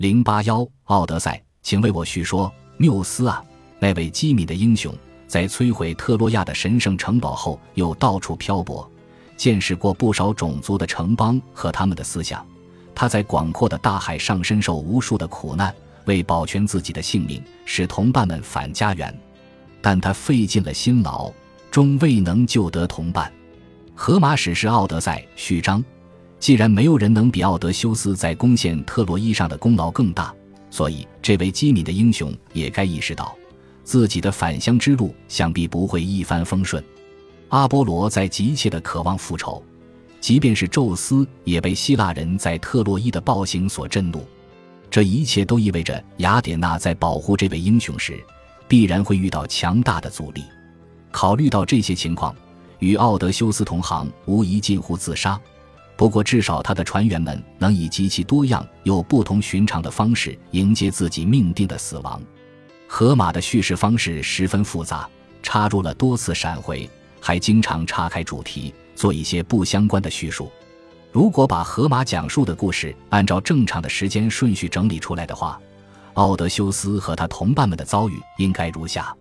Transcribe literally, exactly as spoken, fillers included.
零八一奥德赛，请为我叙说。缪斯啊，那位机敏的英雄，在摧毁特洛亚的神圣城堡后，又到处漂泊，见识过不少种族的城邦和他们的思想。他在广阔的大海上深受无数的苦难，为保全自己的性命，使同伴们返家园。但他费尽了辛劳，终未能救得同伴。荷马史诗《奥德赛》序章，既然没有人能比奥德修斯在攻陷特洛伊上的功劳更大，所以这位机敏的英雄也该意识到，自己的返乡之路想必不会一帆风顺。阿波罗在急切地渴望复仇，即便是宙斯也被希腊人在特洛伊的暴行所震怒。这一切都意味着雅典娜在保护这位英雄时，必然会遇到强大的阻力。考虑到这些情况，与奥德修斯同行无疑近乎自杀。不过至少他的船员们能以极其多样又不同寻常的方式迎接自己命定的死亡。荷马的叙事方式十分复杂，插入了多次闪回，还经常岔开主题，做一些不相关的叙述。如果把荷马讲述的故事按照正常的时间顺序整理出来的话，奥德修斯和他同伴们的遭遇应该如下。